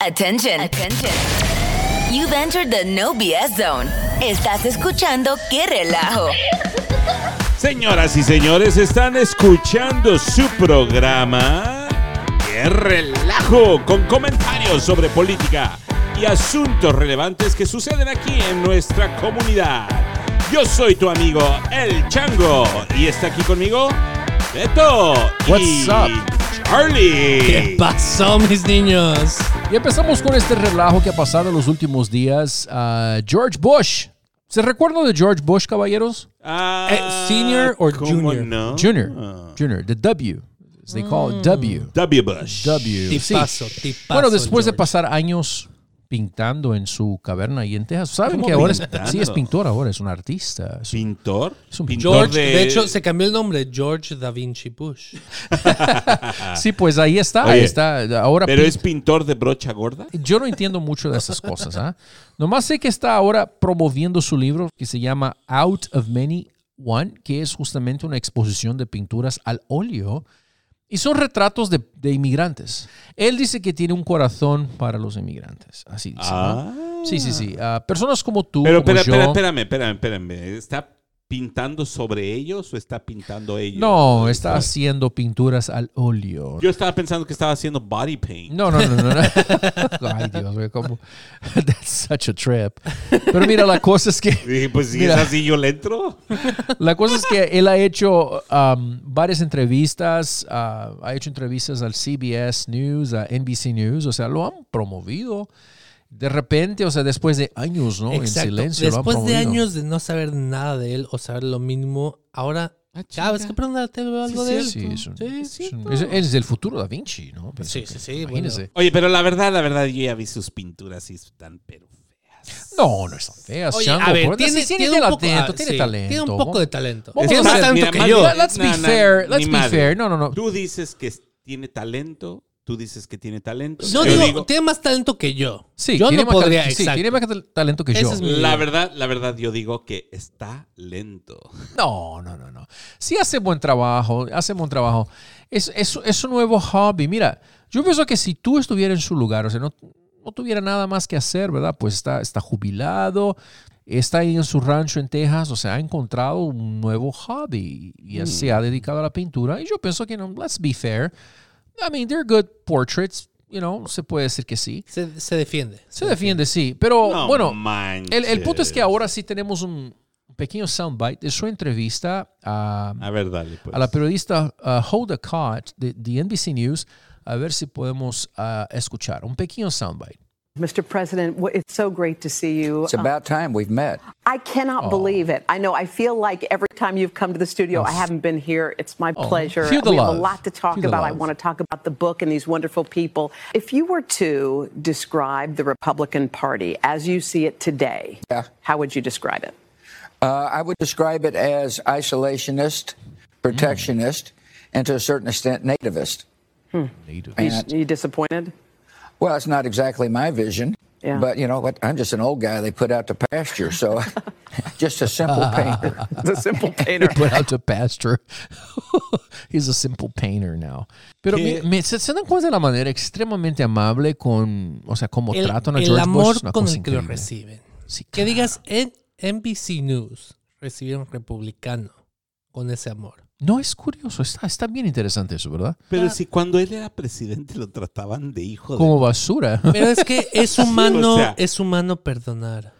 Attention. You've entered the no BS zone. Estás escuchando ¡Qué relajo! Señoras y señores, están escuchando su programa ¡Qué relajo! Con comentarios sobre política y asuntos relevantes que suceden aquí en nuestra comunidad. Yo soy tu amigo El Chango y está aquí conmigo Beto What's up? Charlie. ¿Qué pasó, mis niños? Y empezamos con este relajo que ha pasado en los últimos días. George Bush. ¿Se recuerdan de George Bush, caballeros? ¿Senior o junior? No? Junior. The W. As they call it W. W. Bush. W. Sí. Tipazo. Bueno, después de George. pasar años pintando en su caverna ahí en Texas, ¿saben ¿Cómo que ahora pintando? sí es pintor ahora, es un artista? ¿Pintor? Es un Pintor George, de hecho, se cambió el nombre. George Da Vinci Bush. Sí, pues ahí está. Oye, Ahí está. Ahora ¿Pero es pintor de brocha gorda? Yo no entiendo mucho de esas cosas. Nomás sé que está ahora promoviendo su libro que se llama Out of Many One, que es justamente una exposición de pinturas al óleo. Y son retratos de inmigrantes. Él dice que tiene un corazón para los inmigrantes. Así dice. ¿No? Sí. Personas como tú, Pero como yo. espérame. ¿Está pintando sobre ellos o está pintando ellos? No, está haciendo pinturas al óleo. Yo estaba pensando que estaba haciendo body paint. No. Ay, Dios mío, ¿cómo? That's such a trip. Pero mira, la cosa es que... Dije, pues si Mira. es así, yo le entro. La cosa es que él ha hecho varias entrevistas, ha hecho entrevistas al CBS News, a NBC News, o sea, lo han promovido. De repente, o sea, después de años, ¿no? Exacto. En silencio lo han Después de promovido. años de no saber nada de él o saber lo mínimo, ahora cada vez que prendo la tele veo algo de él. Sí, Sí. es el futuro Da Vinci, ¿no? Sí. Imagínese. Oye, pero la verdad, yo ya vi sus pinturas y están pero feas. No están feas. Oye, Chango, a ver, pero tiene tiene un poco, talento, tiene sí, talento. Tiene un poco de talento. Vamos Tiene a más ver, talento mira, que yo. Let's be fair. Let's ni be madre. fair. No. Tú dices que tiene talento. Tú dices que tiene talento. No Yo digo, tiene más talento que yo. Sí, yo tiene no más podría, talento, sí, exacto. tiene más talento que Ese yo. es mi- la verdad, yo digo que está lento. No. Sí hace buen trabajo. Es un nuevo hobby. Mira, yo pienso que si tú estuvieras en su lugar, o sea, no tuviera nada más que hacer, ¿verdad? Pues está jubilado, está ahí en su rancho en Texas, o sea, ha encontrado un nuevo hobby y se ha dedicado a la pintura. Y yo pienso que, no, let's be fair. I mean, they're good portraits, se puede decir que sí. Se defiende. Se defiende, sí. Pero, No bueno, manches. el punto es que ahora sí tenemos un pequeño soundbite de su entrevista A ver, dale, pues. a la periodista Hoda Kotb de NBC News, a ver si podemos escuchar un pequeño soundbite. Mr. President, it's so great to see you. It's about time we've met. I cannot believe it. I know. I feel like every time you've come to the studio, I haven't been here. It's my pleasure. Feel the We have a love. lot to talk Feel the about. I love. want to talk about the book and these wonderful people. If you were to describe the Republican Party as you see it today, how would you describe it? I would describe it as isolationist, protectionist, and to a certain extent, nativist. Native. Are you disappointed? Well, it's not exactly my vision, Yeah. but you know what? I'm just an old guy they put out to pasture, so just a simple painter. The simple painter. Put out to pasture. He's a simple painter now. Pero se dan cuenta de la manera extremadamente amable o sea, cómo tratan a El George amor Bush. Es una con cosa el que lo increíble. reciben. Sí, Que claro. digas, en NBC News recibieron republicano con ese amor. No, es curioso. Está bien interesante eso, ¿verdad? Pero si cuando él era presidente lo trataban de hijo Como de... basura. Pero es que es humano, o sea- es humano perdonar.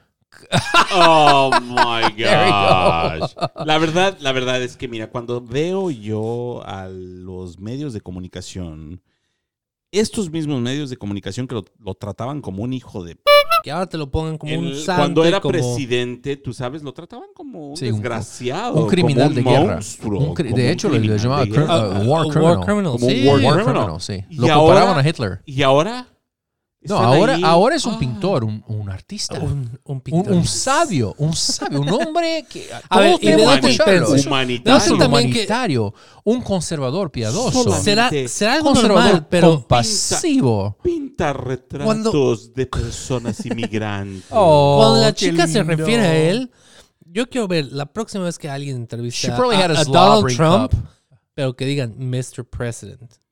Oh my There you go. gosh. La verdad es que mira, cuando veo yo a los medios de comunicación, estos mismos medios de comunicación que lo trataban como un hijo de... Que ahora te lo pongan como un santo. Cuando era como... presidente, tú sabes, lo trataban como un Sí, desgraciado. un criminal como de un guerra. monstruo, como De hecho, un le criminal llamaba de guerra. war criminal. War criminal, Como un sí. war War criminal. criminal, sí. Y Lo ahora- comparaban a Hitler. Y ahora... No, están ahí. ahora es un pintor, un artista. Un pintor. Un sabio, un hombre que A ver, todos y de tenemos dónde que escucharlo. piensas? Humanitario. Es un también que- humanitario, un conservador piadoso, Solamente- Será algo conservador normal, pero compasivo. Pinta retratos de personas inmigrantes. cuando la qué chica se lindo. refiere a él, yo quiero ver la próxima vez que alguien entreviste She probably had a a slobbering Donald Trump, cup. pero que digan Mr. President.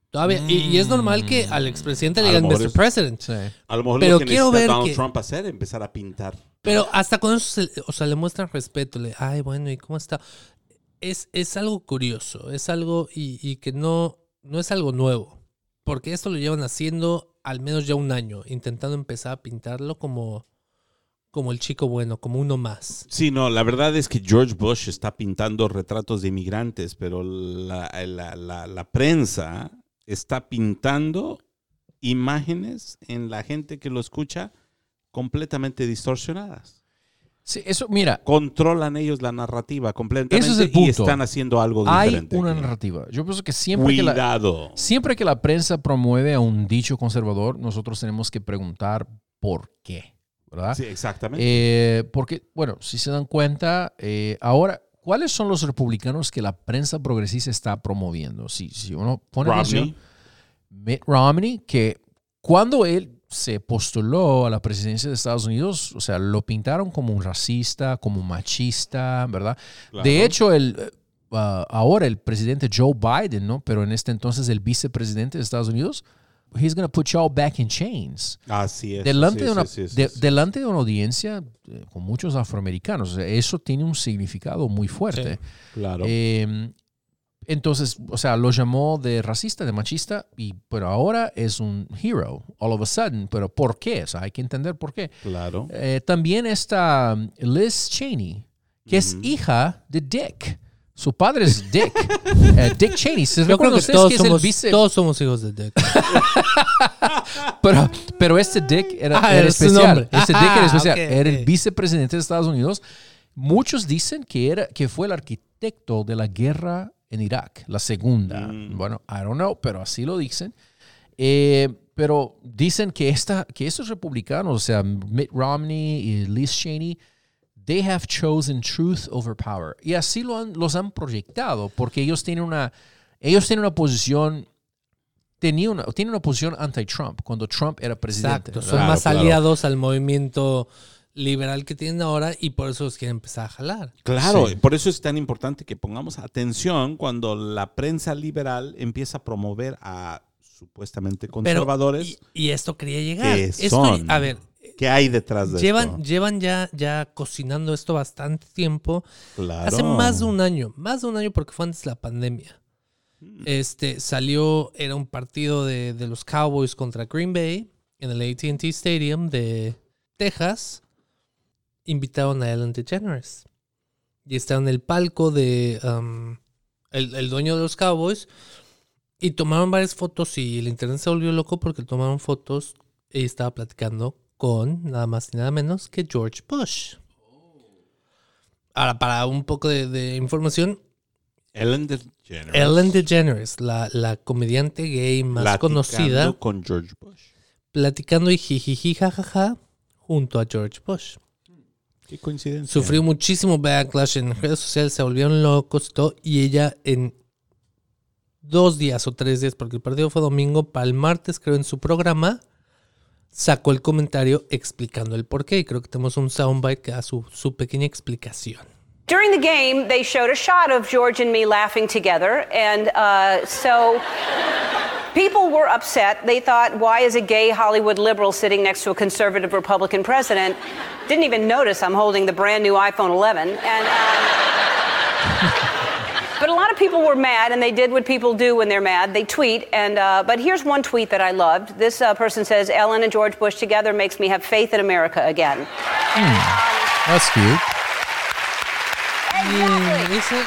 Todavía. Y es normal que al expresidente le A lo digan mejor Mr. es- President. Sí. A lo mejor Pero lo que quiero necesita ver Donald que- Trump hacer es empezar a pintar. Pero hasta con eso, le muestran respeto. Ay, bueno, ¿y cómo está? Es algo curioso. Es algo y que no es algo nuevo. Porque esto lo llevan haciendo al menos ya un año. Intentando empezar a pintarlo como el chico bueno, como uno más. Sí, no, la verdad es que George Bush está pintando retratos de inmigrantes, pero la prensa está pintando imágenes en la gente que lo escucha completamente distorsionadas. Sí, eso, mira, Controlan ellos la narrativa completamente Ese es el y punto. están haciendo algo hay diferente. una aquí. narrativa. Yo pienso que siempre Cuidado. siempre que la prensa promueve a un dicho conservador, nosotros tenemos que preguntar por qué, ¿verdad? Sí, exactamente. Porque, bueno, si se dan cuenta, ahora, ¿cuáles son los republicanos que la prensa progresista está promoviendo? Si uno pone atención, Romney. Mitt Romney, que cuando él se postuló a la presidencia de Estados Unidos, o sea, lo pintaron como un racista, como un machista, ¿verdad? Claro. De hecho, ahora el presidente Joe Biden, ¿no? Pero en este entonces el vicepresidente de Estados Unidos, he's going to put y'all back in chains. Así es. Delante, sí, de una, sí, sí, sí. delante de una audiencia con muchos afroamericanos. O sea, eso tiene un significado muy fuerte. Sí. Claro. Entonces, o sea, lo llamó de racista, de machista, pero ahora es un hero, all of a sudden. ¿Pero por qué? O sea, hay que entender por qué. Claro. También está Liz Cheney, que es hija de Dick. Su padre es Dick. Dick Cheney. ¿Se Yo creo recuerdan que ustedes todos que es el somos, vice? todos somos hijos de Dick. Pero este Dick era era su especial. nombre. Este Dick era especial. Ok, Era el ok. vicepresidente de Estados Unidos. Muchos dicen que fue el arquitecto de la guerra en Irak, la segunda. Bueno, I don't know, pero así lo dicen. Pero dicen que estos republicanos, o sea, Mitt Romney y Liz Cheney, they have chosen truth over power. Y así los han proyectado, porque ellos tienen una posición. Tienen una posición anti-Trump cuando Trump era presidente. Exacto. ¿verdad? Son Claro, más claro. aliados al movimiento liberal que tienen ahora y por eso los quieren empezar a jalar. Claro, Sí. por eso es tan importante que pongamos atención cuando la prensa liberal empieza a promover a supuestamente Pero, conservadores. y esto quería llegar. ¿Qué Esto, son? a ver, ¿Qué hay detrás de esto? llevan ya cocinando esto bastante tiempo. Claro. Hace más de un año porque fue antes de la pandemia. Salió, era un partido de los Cowboys contra Green Bay en el AT&T Stadium de Texas. Invitaron a Ellen DeGeneres. Y estaba en el palco de el dueño de los Cowboys. Y tomaron varias fotos y el internet se volvió loco porque tomaron fotos y estaba platicando con nada más y nada menos que George Bush. Ahora, para un poco de información, Ellen DeGeneres. Ellen DeGeneres, la comediante gay más Platicando conocida, con George Bush. platicando y jijiji jajaja junto a George Bush. Qué coincidencia. Sufrió muchísimo backlash en redes sociales, se volvieron locos y todo, y ella en 2 días o 3 días, porque el partido fue domingo, para el martes creo en su programa, sacó el comentario explicando el porqué, y creo que tenemos un soundbite que da su pequeña explicación. During the game, they showed a shot of George and me laughing together, and so people were upset. They thought, why is a gay Hollywood liberal sitting next to a conservative Republican president? Didn't even notice I'm holding the brand new iPhone 11. And, but a lot of people were mad, and they did what people do when they're mad. They tweet, and but here's one tweet that I loved. This person says, Ellen and George Bush together makes me have faith in America again. That's cute. Exactly.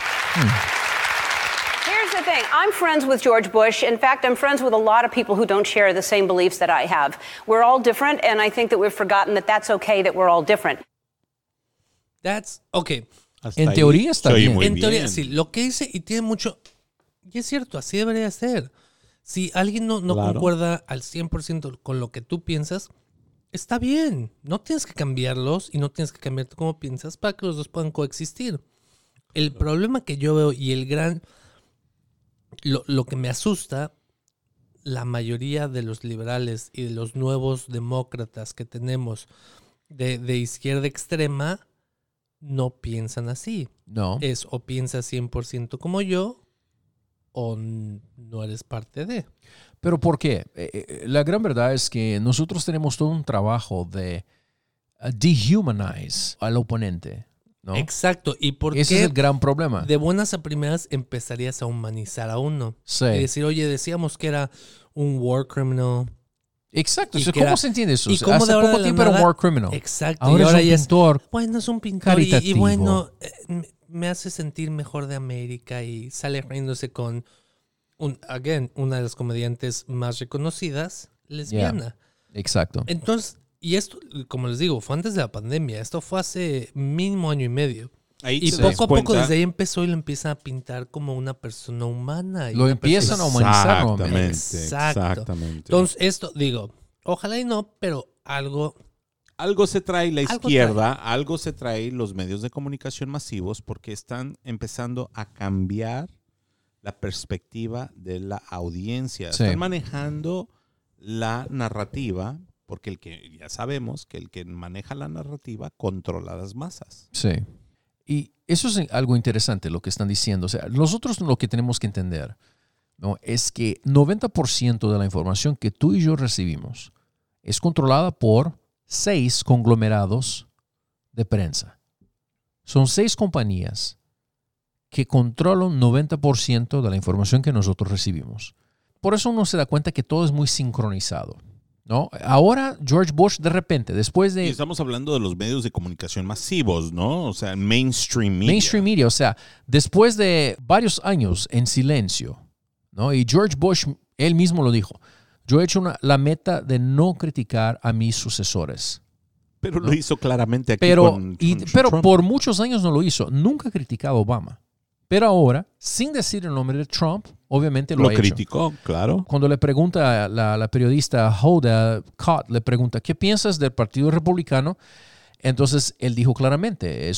Here's the thing. I'm friends with George Bush. In fact, I'm friends with a lot of people who don't share the same beliefs that I have. We're all different, and I think that we've forgotten that that's okay that we're all different. That's okay. Hasta En ahí teoría está se oye bien. muy En teoría, bien. sí, lo que dice, y tiene mucho, y es cierto, así debería ser. Si alguien no Claro. concuerda al 100% con lo que tú piensas, está bien. No tienes que cambiarlos y no tienes que cambiarte cómo piensas para que los dos puedan coexistir. El problema que yo veo y lo que me asusta, la mayoría de los liberales y de los nuevos demócratas que tenemos de izquierda extrema no piensan así. No. Es o piensas 100% como yo o no eres parte de. ¿Pero por qué? La gran verdad es que nosotros tenemos todo un trabajo de dehumanize al oponente, ¿no? Exacto. ¿Y por Ese qué es el gran problema. de buenas a primeras empezarías a humanizar a uno? Sí. Y decir, oye, decíamos que era un war criminal. Exacto. Y O sea, que ¿cómo era- se entiende eso? y cómo Hace de ahora poco de la tiempo era un nada- war criminal. Exacto. Ahora y ahora es un ya pintor. bueno, es un pintor. Y caritativo. bueno, me hace sentir mejor de América y sale riéndose con, una de las comediantes más reconocidas, lesbiana. Exacto. Entonces, y esto, como les digo, fue antes de la pandemia. Esto fue hace mínimo año y medio. Ahí Y te das poco a poco cuenta- desde ahí empezó y lo empiezan a pintar como una persona humana. y Lo una empiezan a persona- humanizar nuevamente. Exacto. Entonces, esto, digo, ojalá y no, pero algo... Algo se trae la Algo izquierda, algo se trae los medios de comunicación masivos porque están empezando a cambiar la perspectiva de la audiencia. Sí. Están manejando la narrativa, porque ya sabemos que el que maneja la narrativa controla las masas. Sí. Y eso es algo interesante lo que están diciendo. O sea, nosotros lo que tenemos que entender, ¿no? Es que 90% de la información que tú y yo recibimos es controlada por 6 conglomerados de prensa. Son 6 compañías que controlan 90% de la información que nosotros recibimos. Por eso uno se da cuenta que todo es muy sincronizado, ¿no? Ahora George Bush de repente, después Y de... estamos hablando de los medios de comunicación masivos, ¿no? O sea, mainstream media. Mainstream media, o sea, después de varios años en silencio, ¿no? Y George Bush, él mismo lo dijo, yo he hecho la meta de no criticar a mis sucesores. Pero lo hizo claramente aquí Pero, con pero Trump. por muchos años no lo hizo. Nunca criticaba a Obama. Pero ahora, sin decir el nombre de Trump, obviamente lo ha hecho. criticó, claro. Cuando le pregunta la periodista Hoda Kotb, le pregunta, ¿qué piensas del Partido Republicano? Entonces, él dijo claramente,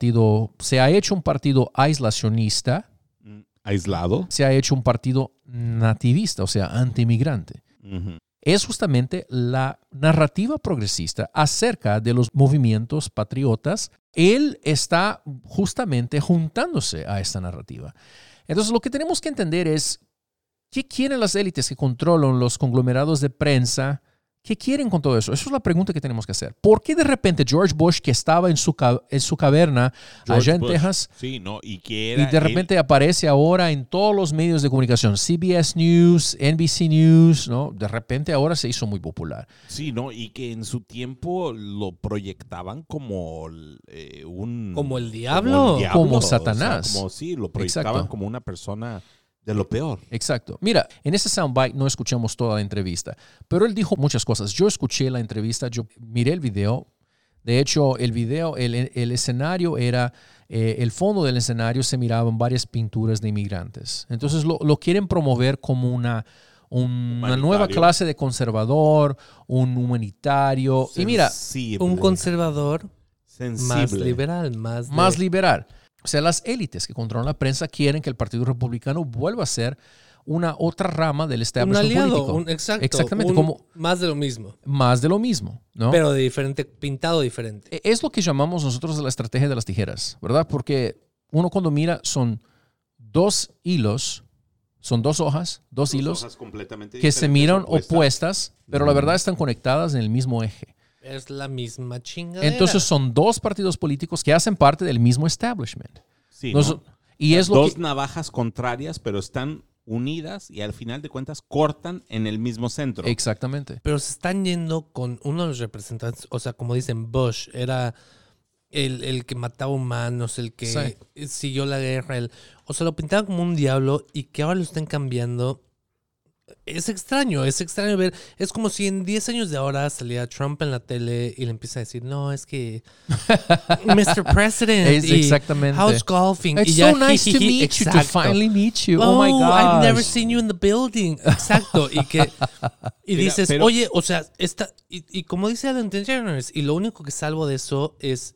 se ha hecho un partido aislacionista, Aislado. se ha hecho un partido nativista, o sea, antimigrante. Ujú. Es justamente la narrativa progresista acerca de los movimientos patriotas. Él está justamente juntándose a esta narrativa. Entonces, lo que tenemos que entender es qué quieren las élites que controlan los conglomerados de prensa. ¿Qué quieren con todo eso? Esa es la pregunta que tenemos que hacer. ¿Por qué de repente George Bush, que estaba en su caverna George allá en Bush. Texas, Sí, no, y que y era de repente aparece ahora en todos los medios de comunicación, CBS News, NBC News, ¿no? De repente ahora se hizo muy popular. Sí, no, y que en su tiempo lo proyectaban como un... Como el diablo. Como o sea, Satanás. como sí, lo proyectaban Exacto. como una persona de lo peor. Exacto. Mira, en ese soundbite no escuchamos toda la entrevista, pero él dijo muchas cosas. Yo escuché la entrevista, yo miré el video. De hecho, el video, el escenario era, el fondo del escenario se miraban varias pinturas de inmigrantes. Entonces lo quieren promover como una nueva clase de conservador, un humanitario. Y mira, Sensible. Un conservador Sensible. más liberal, más liberal. O sea, las élites que controlan la prensa quieren que el Partido Republicano vuelva a ser una otra rama del un establishment aliado. político. Exactamente. como Más de lo mismo. más de lo mismo, ¿no? Pero de diferente, pintado diferente. Es lo que llamamos nosotros la estrategia de las tijeras, ¿verdad? Porque uno cuando mira son 2 hilos, son 2 hojas, 2 hilos Hojas completamente que se diferentes, miran opuestas, pero la verdad están conectadas en el mismo eje. Es la misma chingadera. Entonces son 2 partidos políticos que hacen parte del mismo establishment. Sí, Nos- ¿no? Y es lo Dos que... navajas contrarias, pero están unidas y al final de cuentas cortan en el mismo centro. Exactamente. Pero se están yendo con uno de los representantes, o sea, como dicen, Bush era el que mataba humanos, el que siguió la guerra, o sea, lo pintaban como un diablo y que ahora lo estén cambiando. Es extraño ver. Es como si en 10 años de ahora saliera Trump en la tele y le empieza a decir, no, es que Mr. President. Es y exactamente. How's golfing? It's Y ya, so nice to meet you, to exacto. finally meet you. Oh, my God. I've never seen you in the building. Exacto. Y Mira, dices, pero- oye, o sea, y como dice Ellen DeGeneres, y lo único que salvo de eso es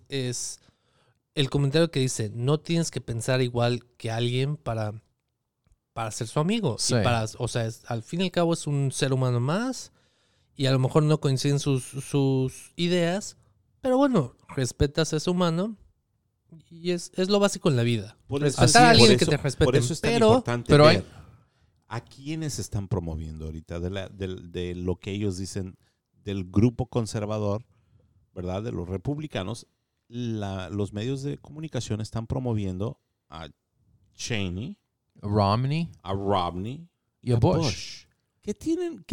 el comentario que dice, no tienes que pensar igual que alguien para ser su amigo. Sí. Y o sea, al fin y al cabo es un ser humano más y a lo mejor no coinciden sus ideas, pero bueno, respetas a ese humano y es lo básico en la vida. Por eso- Respetar a alguien por que eso- te respete. Por eso es tan pero importante pero ver ¿A quiénes están promoviendo ahorita? De lo que ellos dicen del grupo conservador, ¿verdad? De los republicanos. Los medios de comunicación están promoviendo a Cheney, a Romney y a Bush. ¿Qué tienen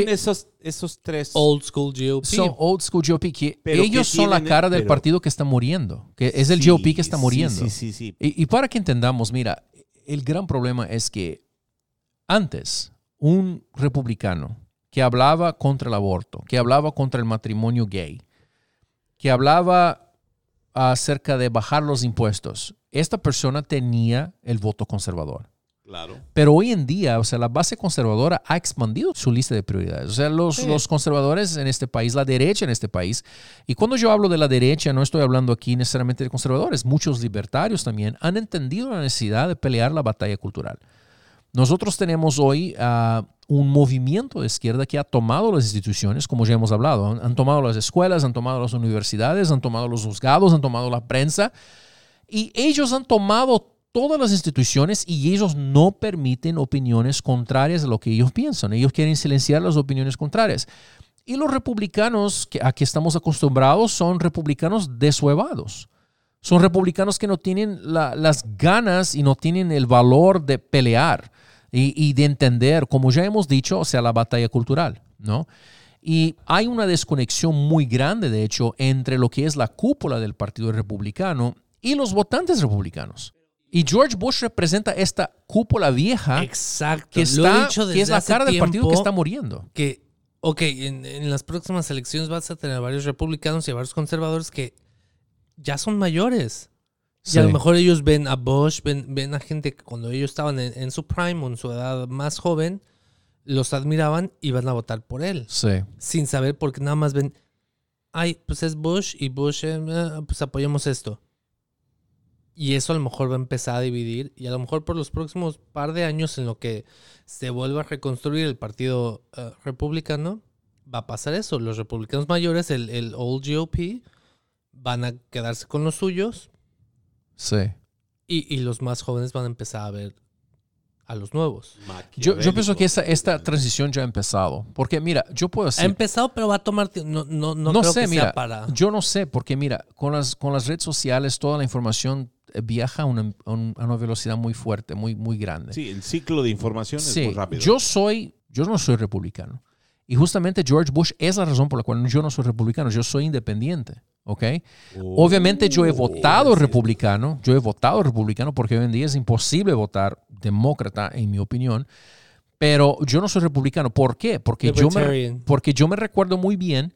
esos tres? Old School GOP. Son Old School GOP. Ellos son la cara del partido que está muriendo. Que es el GOP que está muriendo. Sí. Y para que entendamos, mira, el gran problema es que antes un republicano que hablaba contra el aborto, que hablaba contra el matrimonio gay, que hablaba acerca de bajar los impuestos, esta persona tenía el voto conservador. Claro. Pero hoy en día, o sea, la base conservadora ha expandido su lista de prioridades. O sea, los conservadores en este país, la derecha en este país, y cuando yo hablo de la derecha, no estoy hablando aquí necesariamente de conservadores, muchos libertarios también han entendido la necesidad de pelear la batalla cultural. Nosotros tenemos hoy un movimiento de izquierda que ha tomado las instituciones, como ya hemos hablado. Han tomado las escuelas, han tomado las universidades, han tomado los juzgados, han tomado la prensa. Y ellos han tomado todas las instituciones y ellos no permiten opiniones contrarias a lo que ellos piensan. Ellos quieren silenciar las opiniones contrarias. Y los republicanos a que estamos acostumbrados son republicanos desuevados. Son republicanos que no tienen las ganas y no tienen el valor de pelear y de entender, como ya hemos dicho, o sea, la batalla cultural, ¿no? Y hay una desconexión muy grande, de hecho, entre lo que es la cúpula del Partido Republicano y los votantes republicanos. Y George Bush representa esta cúpula vieja. Exacto. Que es la cara del partido que está muriendo. Que, en las próximas elecciones vas a tener varios republicanos y varios conservadores que ya son mayores. Sí. Y a lo mejor ellos ven a Bush, ven a gente que cuando ellos estaban en su prime o en su edad más joven, los admiraban y van a votar por él. Sí. Sin saber, porque nada más ven, pues es Bush y Bush, pues apoyamos esto. Y eso a lo mejor va a empezar a dividir y a lo mejor por los próximos par de años en lo que se vuelva a reconstruir el partido republicano, va a pasar eso. Los republicanos mayores, el old GOP, van a quedarse con los suyos. Sí. Y los más jóvenes van a empezar a ver a los nuevos. Yo pienso que esta transición ya ha empezado. Porque, mira, yo puedo decir... Ha empezado, pero va a tomar tiempo. No creo sé, que mira, sea para... Yo no sé, porque, mira, con las redes sociales, toda la información viaja a una velocidad muy fuerte, muy, muy grande. Sí, el ciclo de información es muy rápido. Yo no soy republicano. Y justamente George Bush es la razón por la cual yo no soy republicano. Yo soy independiente. ¿Ok? Obviamente yo he votado republicano. Yo he votado republicano porque hoy en día es imposible votar demócrata, en mi opinión. Pero yo no soy republicano. ¿Por qué? Porque yo me recuerdo muy bien.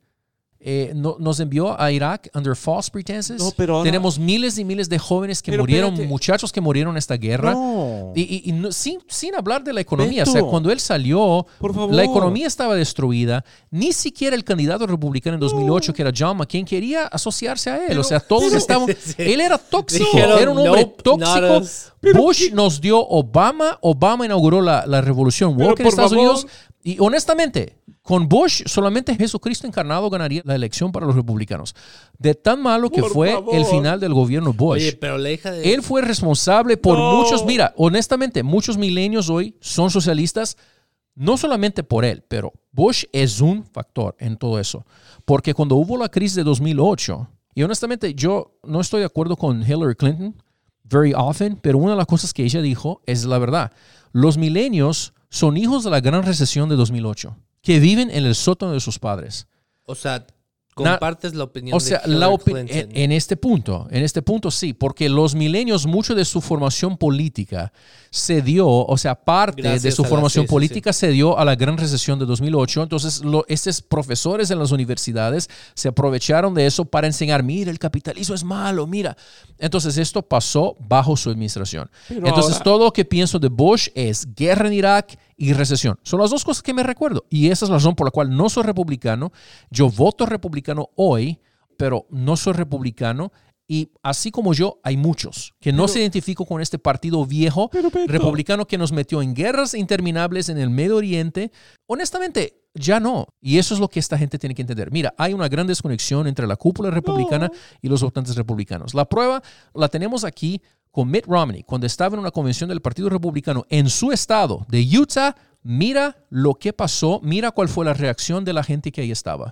Nos envió a Irak under false pretenses. No, pero ahora... Tenemos miles y miles de jóvenes que murieron, muchachos que murieron en esta guerra. No. Y sin hablar de la economía. O sea, cuando él salió, la economía estaba destruida. Ni siquiera el candidato republicano en 2008, que era John McCain, quería asociarse a él. O sea, todos estaban... Él era tóxico. Era un hombre tóxico. Bush nos dio Obama. Obama inauguró la revolución woke en Estados Unidos. Y honestamente, con Bush, solamente Jesucristo encarnado ganaría la elección para los republicanos. De tan malo que fue el final del gobierno Bush. Oye, pero la hija de... Él fue responsable por muchos... Mira, honestamente, muchos milenios hoy son socialistas, no solamente por él, pero Bush es un factor en todo eso. Porque cuando hubo la crisis de 2008, y honestamente yo no estoy de acuerdo con Hillary Clinton very often, pero una de las cosas que ella dijo es la verdad. Los milenios son hijos de la gran recesión de 2008, que viven en el sótano de sus padres. O sea, compartes la opinión de Hillary Clinton. En este punto sí, porque los milenios, mucho de su formación política se dio, o sea, parte de su formación política se dio a la gran recesión de 2008. Entonces, estos profesores en las universidades se aprovecharon de eso para enseñar, mira, el capitalismo es malo, mira. Entonces, esto pasó bajo su administración. Entonces, todo lo que pienso de Bush es guerra en Irak y recesión. Son las dos cosas que me recuerdo. Y esa es la razón por la cual no soy republicano. Yo voto republicano hoy, pero no soy republicano. Y así como yo, hay muchos que no se identifican con este partido viejo republicano que nos metió en guerras interminables en el Medio Oriente. Honestamente, ya no. Y eso es lo que esta gente tiene que entender. Mira, hay una gran desconexión entre la cúpula republicana y los votantes republicanos. La prueba la tenemos aquí con Mitt Romney, cuando estaba en una convención del Partido Republicano en su estado de Utah. Mira lo que pasó, mira cuál fue la reacción de la gente que ahí estaba.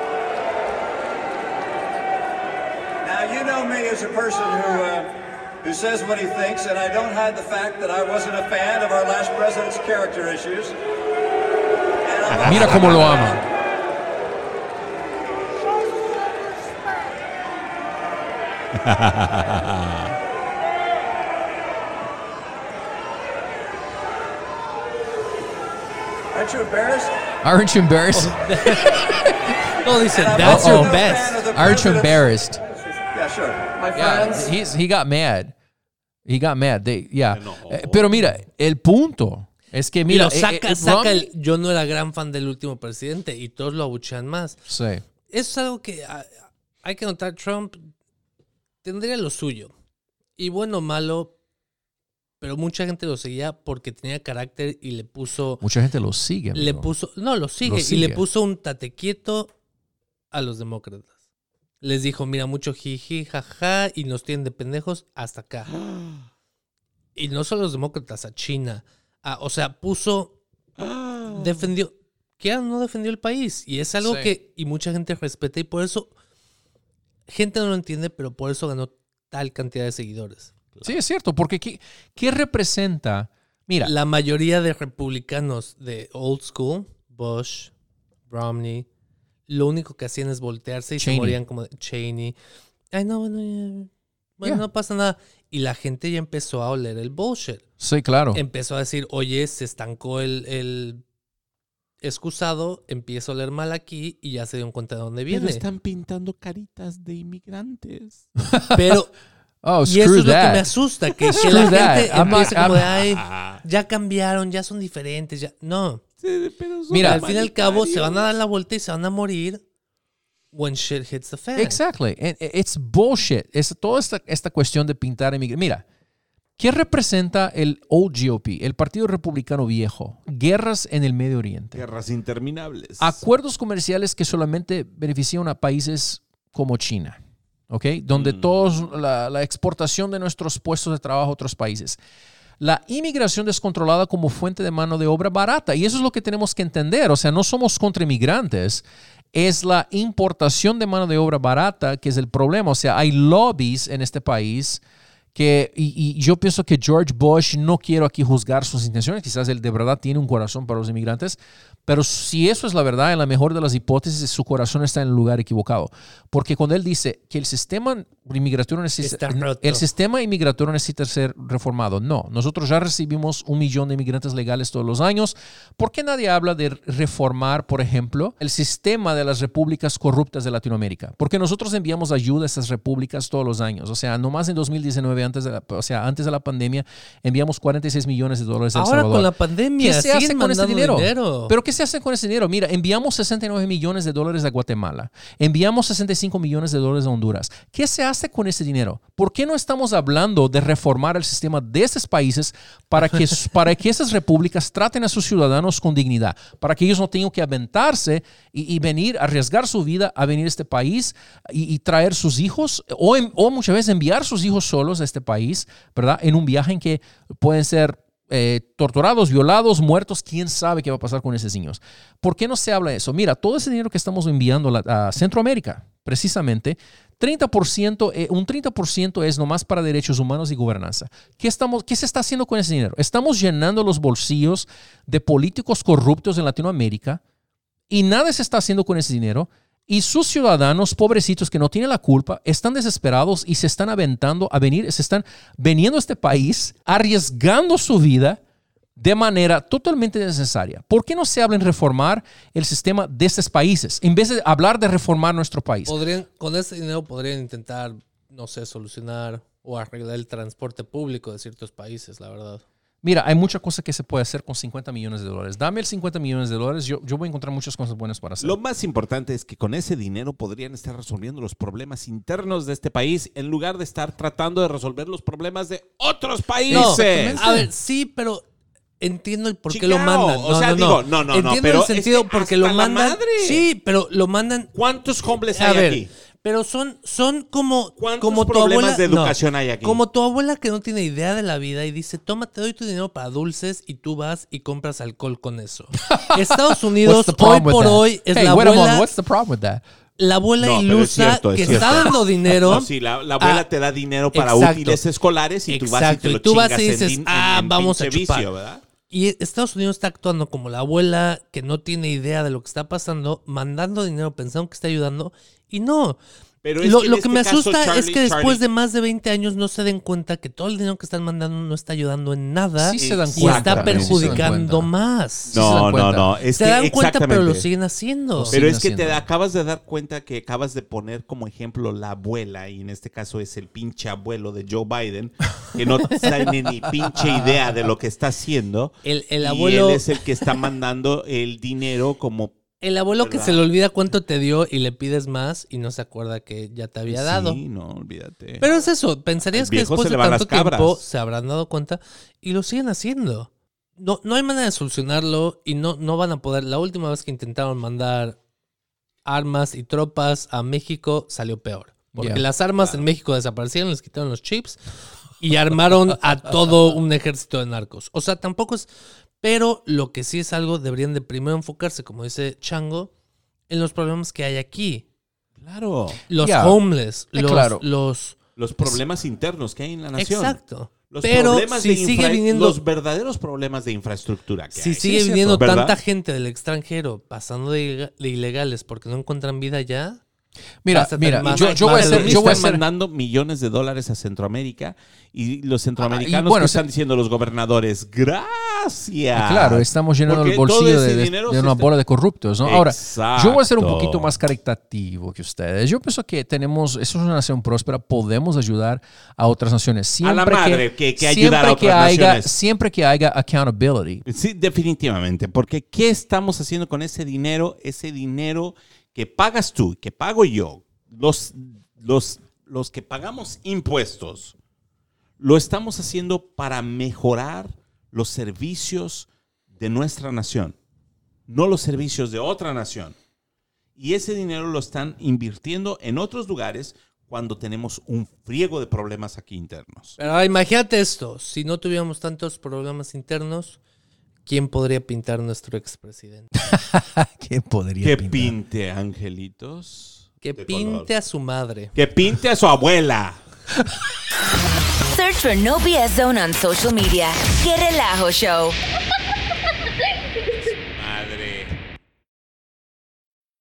Now, you know me as a person who says what he thinks, and I don't hide the fact that I wasn't a fan of our last president's character issues. Mira cómo lo aman. Aren't you embarrassed? Aren't you embarrassed? No, dice, that's your best. Aren't you embarrassed? Yeah, sure. My Yeah, friends. he got mad. He got mad. Pero mira, el punto es que, mira, Lo saca Romney- yo no era gran fan del último presidente y todos lo abuchean más. Sí. Eso es algo que hay que notar. Trump tendría lo suyo. Y bueno o malo, pero mucha gente lo seguía porque tenía carácter y le puso... Mucha gente lo sigue. Le amigo. puso... No, lo sigue. Lo Y sigue. le puso un tate quieto a los demócratas. Les dijo, mira, mucho jiji, jaja, y nos tienen de pendejos hasta acá. Y no solo los demócratas, a China. O sea, puso... Defendió... Que no defendió el país. Y es algo Sí. que... Y mucha gente respeta y por eso... Gente no lo entiende, pero por eso ganó tal cantidad de seguidores. Sí, es cierto, porque ¿qué representa? Mira, La mayoría de republicanos de old school, Bush, Romney, lo único que hacían es voltearse y Cheney. se morían como Cheney. Ay, no, bueno, Yeah. no pasa nada. Y la gente ya empezó a oler el bullshit. sí, claro. Empezó a decir, oye, se estancó el excusado, empieza a oler mal aquí y ya se dio cuenta de dónde viene. Pero están pintando caritas de inmigrantes. Pero Oh, y eso screw es lo que me that. asusta, que la Screw gente that. empieza como de, I'm- ay, ya cambiaron, ya son diferentes, ya... No. Pero son Mira, Al fin y al cabo se van a dar humanitarios. la vuelta y se van a morir when shit hits the fan. Exactly. It's bullshit. Es toda esta cuestión de pintar inmigrantes. Mira, ¿qué representa el old GOP, el Partido Republicano viejo? Guerras en el Medio Oriente. Guerras interminables. Acuerdos comerciales que solamente benefician a países como China, ¿ok? Donde todos la exportación de nuestros puestos de trabajo a otros países. La inmigración descontrolada como fuente de mano de obra barata. Y eso es lo que tenemos que entender. O sea, no somos contra inmigrantes. Es la importación de mano de obra barata que es el problema. O sea, hay lobbies en este país que, y yo pienso que George Bush, no quiero aquí juzgar sus intenciones, quizás él de verdad tiene un corazón para los inmigrantes, pero si eso es la verdad, en la mejor de las hipótesis, su corazón está en el lugar equivocado. Porque cuando él dice que el sistema inmigratorio Está roto. el sistema inmigratorio necesita ser reformado, no. Nosotros ya recibimos 1 millón de inmigrantes legales todos los años. ¿Por qué nadie habla de reformar, por ejemplo, el sistema de las repúblicas corruptas de Latinoamérica? Porque nosotros enviamos ayuda a esas repúblicas todos los años. O sea, nomás en 2019, antes de la pandemia, enviamos $46 millones a El Ahora Salvador. con la pandemia, ¿Qué se hace con ese dinero? ¿Pero qué se hace con ese dinero? Mira, enviamos $69 millones a Guatemala. Enviamos $65 millones a Honduras. ¿Qué se hace con ese dinero? ¿Por qué no estamos hablando de reformar el sistema de estos países para que esas repúblicas traten a sus ciudadanos con dignidad? Para que ellos no tengan que aventarse y venir, arriesgar su vida a venir a este país y traer sus hijos o muchas veces enviar sus hijos solos a este país, ¿verdad? En un viaje en que pueden ser torturados, violados, muertos, quién sabe qué va a pasar con esos niños. ¿Por qué no se habla de eso? Mira, todo ese dinero que estamos enviando a Centroamérica, precisamente, un 30% es nomás para derechos humanos y gobernanza. ¿Qué se está haciendo con ese dinero? Estamos llenando los bolsillos de políticos corruptos en Latinoamérica y nada se está haciendo con ese dinero. Y sus ciudadanos, pobrecitos que no tienen la culpa, están desesperados y se están se están viniendo a este país, arriesgando su vida de manera totalmente necesaria. ¿Por qué no se habla en reformar el sistema de estos países en vez de hablar de reformar nuestro país? Con ese dinero podrían intentar, no sé, solucionar o arreglar el transporte público de ciertos países, la verdad. Mira, hay mucha cosa que se puede hacer con $50 millones. Dame el $50 millones, yo voy a encontrar muchas cosas buenas para hacer. Lo más importante es que con ese dinero podrían estar resolviendo los problemas internos de este país en lugar de estar tratando de resolver los problemas de otros países. A ver, sí, pero entiendo el por qué Chingao, lo mandan. o sea, digo, no, Entiendo pero el sentido es que porque hasta lo la mandan. madre. Sí, pero lo mandan. ¿Cuántos homeless A hay ver, aquí? pero son como ¿Cuántos como tu problemas abuela de educación hay aquí? Como tu abuela que no tiene idea de la vida y dice, toma, te doy tu dinero para dulces y tú vas y compras alcohol con eso. Estados Unidos What's the hoy problem with por that? hoy es Hey, la wait a moment, abuela. what's the problem with that? La abuela No, pero es ilusa cierto, es que cierto. está dando dinero. No, sí, la abuela te da dinero para Exacto. útiles escolares y tú vas y Exacto, te lo y tú vas chingas y dices, en vamos a pinche chupar. vicio, ¿verdad? Y Estados Unidos está actuando como la abuela que no tiene idea de lo que está pasando, mandando dinero pensando que está ayudando y no. Pero es Lo que en que este me caso, asusta es que después Charlie- de más de 20 años no se den cuenta que todo el dinero que están mandando no está ayudando en nada Sí se dan y cuenta, está también, sí se dan perjudicando cuenta. más. Sí se dan cuenta. No, es Se que dan cuenta, pero lo exactamente. siguen haciendo. Sí. Pero siguen es que te haciendo. acabas de dar cuenta que acabas de poner como ejemplo la abuela, y en este caso es el pinche abuelo de Joe Biden, que no tiene ni pinche idea de lo que está haciendo. El y abuelo, él es el que está mandando el dinero como... el abuelo que ¿verdad? se le olvida cuánto te dio y le pides más y no se acuerda que ya te había dado. Sí, no, olvídate. Pero es eso, pensarías El que viejo después se de le van tanto las cabras. tiempo se habrán dado cuenta y lo siguen haciendo. No hay manera de solucionarlo y no van a poder. La última vez que intentaron mandar armas y tropas a México salió peor. Porque Yeah. las armas en México desaparecieron, les quitaron los chips y armaron a todo un ejército de narcos. O sea, tampoco es... Pero lo que sí es algo, deberían de primero enfocarse, como dice Chango, en los problemas que hay aquí. Claro. Los Yeah. homeless, claro. Los problemas internos que hay en la nación. Exacto. Los Pero problemas si de sigue viniendo, los verdaderos problemas de infraestructura que si hay. sigue Sí, viniendo ¿verdad? tanta gente del extranjero pasando de ilegales porque no encuentran vida ya. Mira, Vas a tener más- yo voy a más de hacer, lo yo voy a Están hacer, mandando millones de dólares a Centroamérica y los centroamericanos y bueno, que están diciendo los gobernadores, gracias. claro, estamos llenando el Porque todo bolsillo ese de dinero una se está- bola de corruptos, ¿no? Ahora, yo voy a ser un Exacto. poquito más caritativo que ustedes. Yo pienso que eso es una nación próspera, podemos ayudar a otras naciones. A la madre que ayudar a siempre que otras haya, naciones. siempre que haya accountability. Sí, definitivamente, porque ¿qué estamos haciendo con ese dinero? Ese dinero que pagas tú, que pago yo, los que pagamos impuestos, lo estamos haciendo para mejorar los servicios de nuestra nación, no los servicios de otra nación. Y ese dinero lo están invirtiendo en otros lugares cuando tenemos un friego de problemas aquí internos. Pero imagínate esto, si no tuviéramos tantos problemas internos, ¿quién podría pintar nuestro expresidente? ¿Quién podría Que pintar? pinte angelitos. Que de pinte color. a su madre. Que pinte a su abuela. Search for No BS Zone on social media. ¡Qué relajo show!